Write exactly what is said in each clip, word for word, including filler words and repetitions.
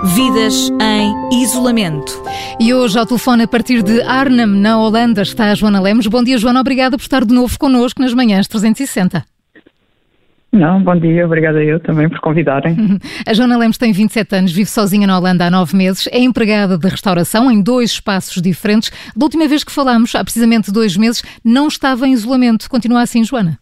Vidas em isolamento. E hoje ao telefone a partir de Arnhem, na Holanda, está a Joana Lemos. Bom dia, Joana. Obrigada por estar de novo connosco nas manhãs trezentos e sessenta. Não, bom dia. Obrigada eu também por convidarem. A Joana Lemos tem vinte e sete anos, vive sozinha na Holanda há nove meses, é empregada de restauração em dois espaços diferentes. Da última vez que falámos, há precisamente dois meses, não estava em isolamento. Continua assim, Joana?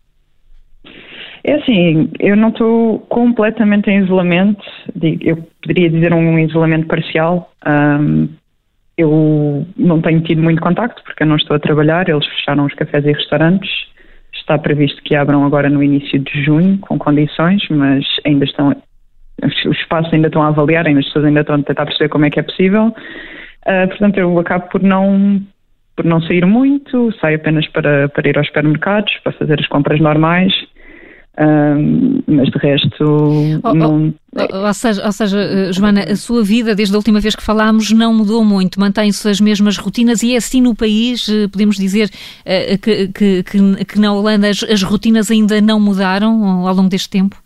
É assim, eu não estou completamente em isolamento, eu poderia dizer um isolamento parcial. Um, eu não tenho tido muito contacto porque eu não estou a trabalhar, eles fecharam os cafés e restaurantes. Está previsto que abram agora no início de junho, com condições, mas ainda estão, os espaços ainda estão a avaliar, ainda as pessoas ainda estão a tentar perceber como é que é possível. Uh, portanto, eu acabo por não, por não sair muito, saio apenas para, para ir aos supermercados, para fazer as compras normais. Um, mas de resto oh, não... oh, ou, seja, ou seja, Joana, a sua vida desde a última vez que falámos não mudou muito, mantém-se as mesmas rotinas e é assim no país, podemos dizer uh, que, que, que, que na Holanda as, as rotinas ainda não mudaram ao longo deste tempo?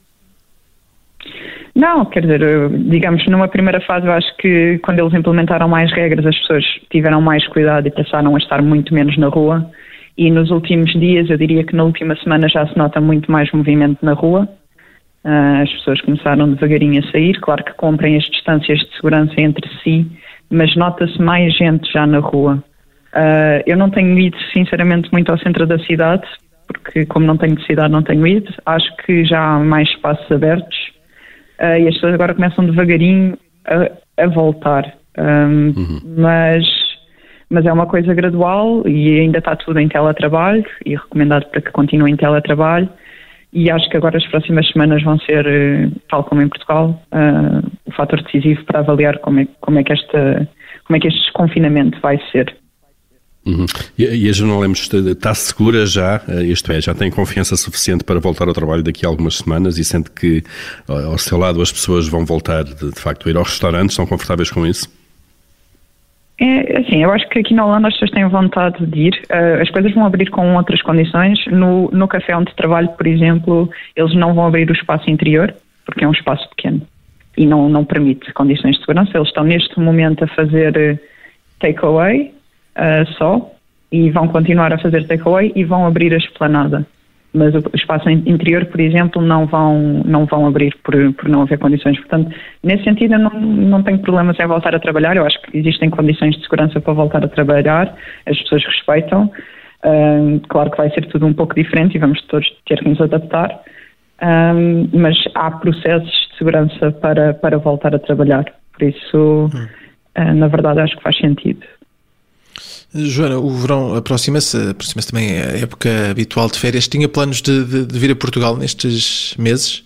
Não, quer dizer, digamos, numa primeira fase eu acho que quando eles implementaram mais regras as pessoas tiveram mais cuidado e passaram a estar muito menos na rua. E nos últimos dias, eu diria que na última semana já se nota muito mais movimento na rua. Uh, as pessoas começaram devagarinho a sair, claro que cumprem as distâncias de segurança entre si, mas nota-se mais gente já na rua. Uh, eu não tenho ido, sinceramente, muito ao centro da cidade, porque como não tenho de cidade, não tenho ido. Acho que já há mais espaços abertos uh, e as pessoas agora começam devagarinho a, a voltar. Um, uhum. Mas... Mas é uma coisa gradual e ainda está tudo em teletrabalho e recomendado para que continue em teletrabalho e acho que agora as próximas semanas vão ser, tal como em Portugal, uh, o fator decisivo para avaliar como é, como é, que, esta, como é que este desconfinamento vai ser. Uhum. E, e a Joana Lemos está segura já, isto é, já tem confiança suficiente para voltar ao trabalho daqui a algumas semanas e sente que ao seu lado as pessoas vão voltar de, de facto a ir aos restaurantes, estão confortáveis com isso? É assim, eu acho que aqui na Holanda as pessoas têm vontade de ir, uh, as coisas vão abrir com outras condições. No, no café onde trabalho, por exemplo, eles não vão abrir o espaço interior, porque é um espaço pequeno e não, não permite condições de segurança. Eles estão neste momento a fazer takeaway uh, só e vão continuar a fazer takeaway e vão abrir a esplanada. Mas o espaço interior, por exemplo, não vão, não vão abrir por, por não haver condições. Portanto, nesse sentido, eu não, não tenho problemas em voltar a trabalhar. Eu acho que existem condições de segurança para voltar a trabalhar. As pessoas respeitam. Um, claro que vai ser tudo um pouco diferente e vamos todos ter que nos adaptar. Um, mas há processos de segurança para, para voltar a trabalhar. Por isso, hum. uh, na verdade, acho que faz sentido. Joana, o verão aproxima-se, aproxima-se também a época habitual de férias. Tinha planos de, de, de vir a Portugal nestes meses?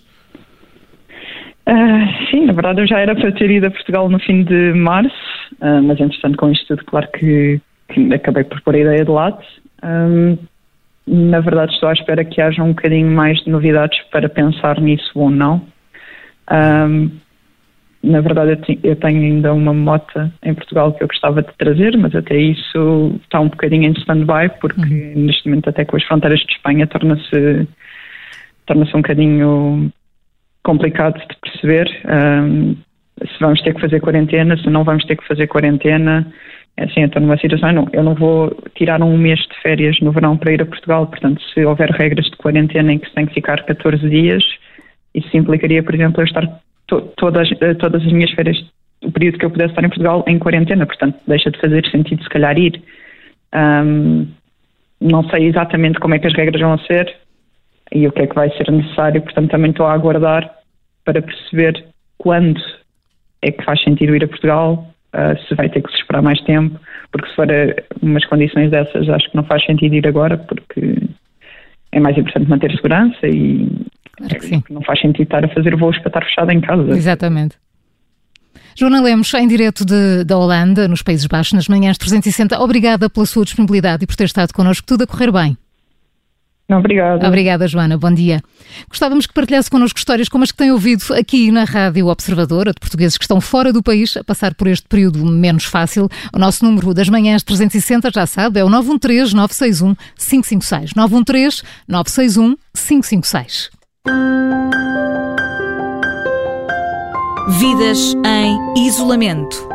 Uh, sim, na verdade eu já era para ter ido a Portugal no fim de março, uh, mas entretanto com isto tudo, claro que, que acabei por pôr a ideia de lado. Um, na verdade estou à espera que haja um bocadinho mais de novidades para pensar nisso ou não. Um, Na verdade, eu tenho ainda uma moto em Portugal que eu gostava de trazer, mas até isso está um bocadinho em stand-by, porque uhum. neste momento até com as fronteiras de Espanha torna-se torna-se um bocadinho complicado de perceber um, se vamos ter que fazer quarentena, se não vamos ter que fazer quarentena. É assim, eu estou numa situação, eu não, eu não vou tirar um mês de férias no verão para ir a Portugal, portanto, se houver regras de quarentena em que se tem que ficar catorze dias, isso implicaria, por exemplo, eu estar Todas, todas as minhas férias, o período que eu pudesse estar em Portugal, em quarentena, portanto deixa de fazer sentido se calhar ir. Um, não sei exatamente como é que as regras vão ser e o que é que vai ser necessário, portanto também estou a aguardar para perceber quando é que faz sentido ir a Portugal, uh, se vai ter que se esperar mais tempo, porque se for umas condições dessas acho que não faz sentido ir agora, porque é mais importante manter segurança e claro que sim. Não faz sentido estar a fazer voos para estar fechado em casa. Exatamente. Joana Lemos, em direto de, da Holanda, nos Países Baixos, nas manhãs trezentos e sessenta, obrigada pela sua disponibilidade e por ter estado connosco. Tudo a correr bem. Obrigada. Obrigada, Joana. Bom dia. Gostávamos que partilhasse connosco histórias como as que tem ouvido aqui na Rádio Observadora, de portugueses que estão fora do país a passar por este período menos fácil. O nosso número das manhãs trezentos e sessenta, já sabe, é o nove um três, nove seis um, cinco cinco seis. nove um três, nove seis um, cinco cinco seis. Vidas em isolamento.